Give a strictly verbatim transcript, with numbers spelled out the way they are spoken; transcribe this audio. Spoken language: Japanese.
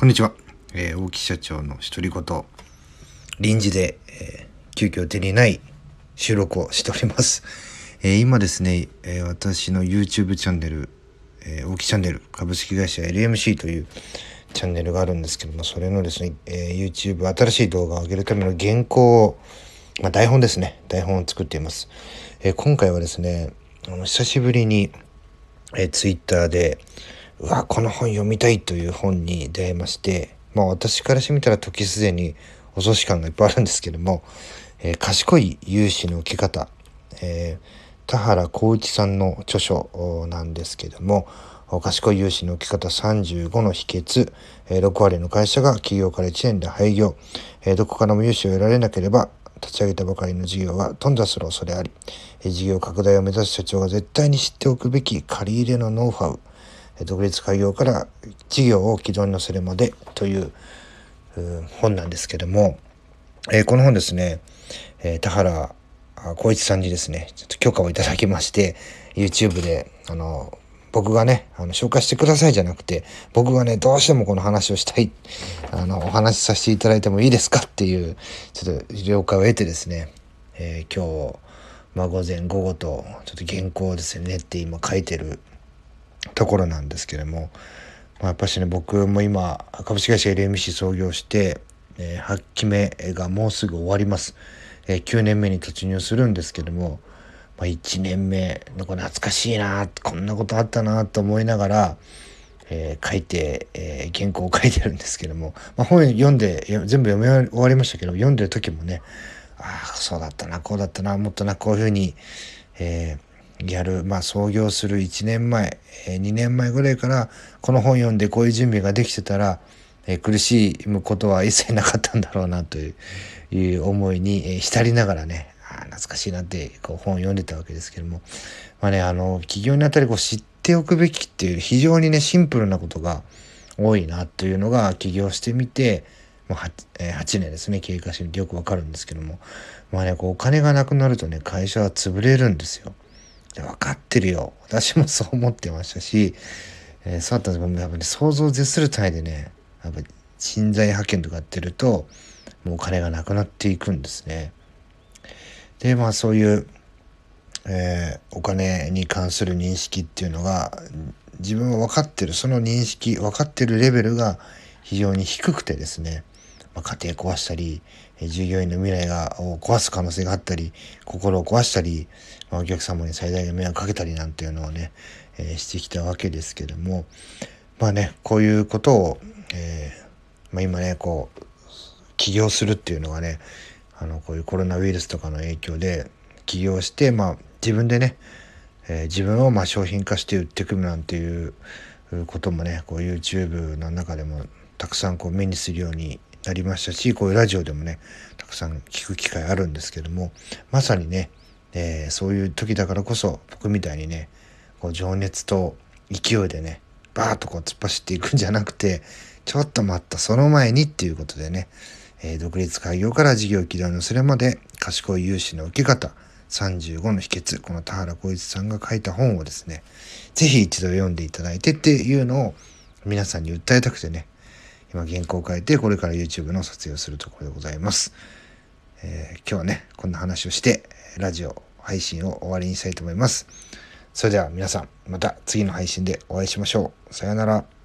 こんにちは、えー、大木社長の独り言。臨時で、えー、急遽手にない収録をしております。えー、今ですね、えー、私の YouTube チャンネル、えー、大木チャンネル株式会社 エルエムシー というチャンネルがあるんですけども、それのですね、えー、YouTube 新しい動画を上げるための原稿を、まあ、台本ですね台本を作っています。えー、今回はですね、あの久しぶりに、えー、Twitter でうわこの本読みたいという本に出会いまして、まあ私からしてみたら時すでに遅し感がいっぱいあるんですけども、えー、賢い融資の受け方、えー、田原浩一さんの著書なんですけども、賢い融資の受け方さんじゅうごの秘訣、えー、ろく割の会社が起業からいちねんで廃業、えー、どこからも融資を得られなければ立ち上げたばかりの事業は頓挫する恐れあり、えー、事業拡大を目指す社長が絶対に知っておくべき借り入れのノウハウ、独立開業から事業を軌道に乗せるまでという本なんですけども、えー、この本ですね、えー、田原浩一さんにですねちょっと許可をいただきまして、 YouTube であの僕がねあの紹介してくださいじゃなくて、僕がねどうしてもこの話をしたい、あのお話しさせていただいてもいいですかっていうちょっと了解を得てですね、えー、今日、まあ、午前午後とちょっと原稿をですね練って今書いてるところなんですけれども、まあ、やっぱしね僕も今株式会社 エルエムシー 創業して、えー、はちきめがもうすぐ終わります。えー、きゅうねんめに突入するんですけども、まあ、いちねんめのこれ懐かしいな、こんなことあったなと思いながら、えー、書いて、えー、原稿を書いてるんですけども、まあ、本読んで全部読み終わりましたけど、読んでる時もね、ああそうだったなこうだったな、もっとなこういうふうに、えーやる、まあ創業するいちねんまえ、えー、にねんまえぐらいからこの本読んでこういう準備ができてたら、えー、苦しむことは一切なかったんだろうなといういう思いに、えー、浸りながらね、あ懐かしいなってこう本を読んでたわけですけども、まあね、あの起業にあたりこう知っておくべきっていう非常にねシンプルなことが多いなというのが起業してみて、もう 8, えー、はちねんですね経過してみてよくわかるんですけども、まあねこうお金がなくなるとね会社は潰れるんですよ。分かってるよ、私もそう思ってましたし、えー、そうだったんですけど、やっぱり想像を絶する単位でねやっぱり人材派遣とかやってるともうお金がなくなっていくんですね。でまあそういう、えー、お金に関する認識っていうのが自分は分かってる、その認識分かってるレベルが非常に低くてですね、まあ、家庭壊したり従業員の未来がを壊す可能性があったり、心を壊したり、まあ、お客様に最大限迷惑かけたりなんていうのをね、えー、してきたわけですけども、まあねこういうことを、えーまあ、今ねこう起業するっていうのがね、あのこういうコロナウイルスとかの影響で起業して、まあ、自分でね、えー、自分をまあ商品化して売ってくるなんていうこともねこう YouTube の中でもたくさんこう目にするようになりましたし、こういうラジオでもねたくさん聞く機会あるんですけども、まさにね、えー、そういう時だからこそ僕みたいにねこう情熱と勢いでねバーッとこう突っ走っていくんじゃなくて、ちょっと待ったその前にっていうことでね、えー、独立開業から事業軌道にするまで賢い融資の受け方さんじゅうごの秘訣、この田原浩一さんが書いた本をですねぜひ一度読んでいただいてっていうのを皆さんに訴えたくてね、今原稿を書いてこれから YouTube の撮影をするところでございます。えー、今日はねこんな話をしてラジオ配信を終わりにしたいと思います。それでは皆さんまた次の配信でお会いしましょう。さようなら。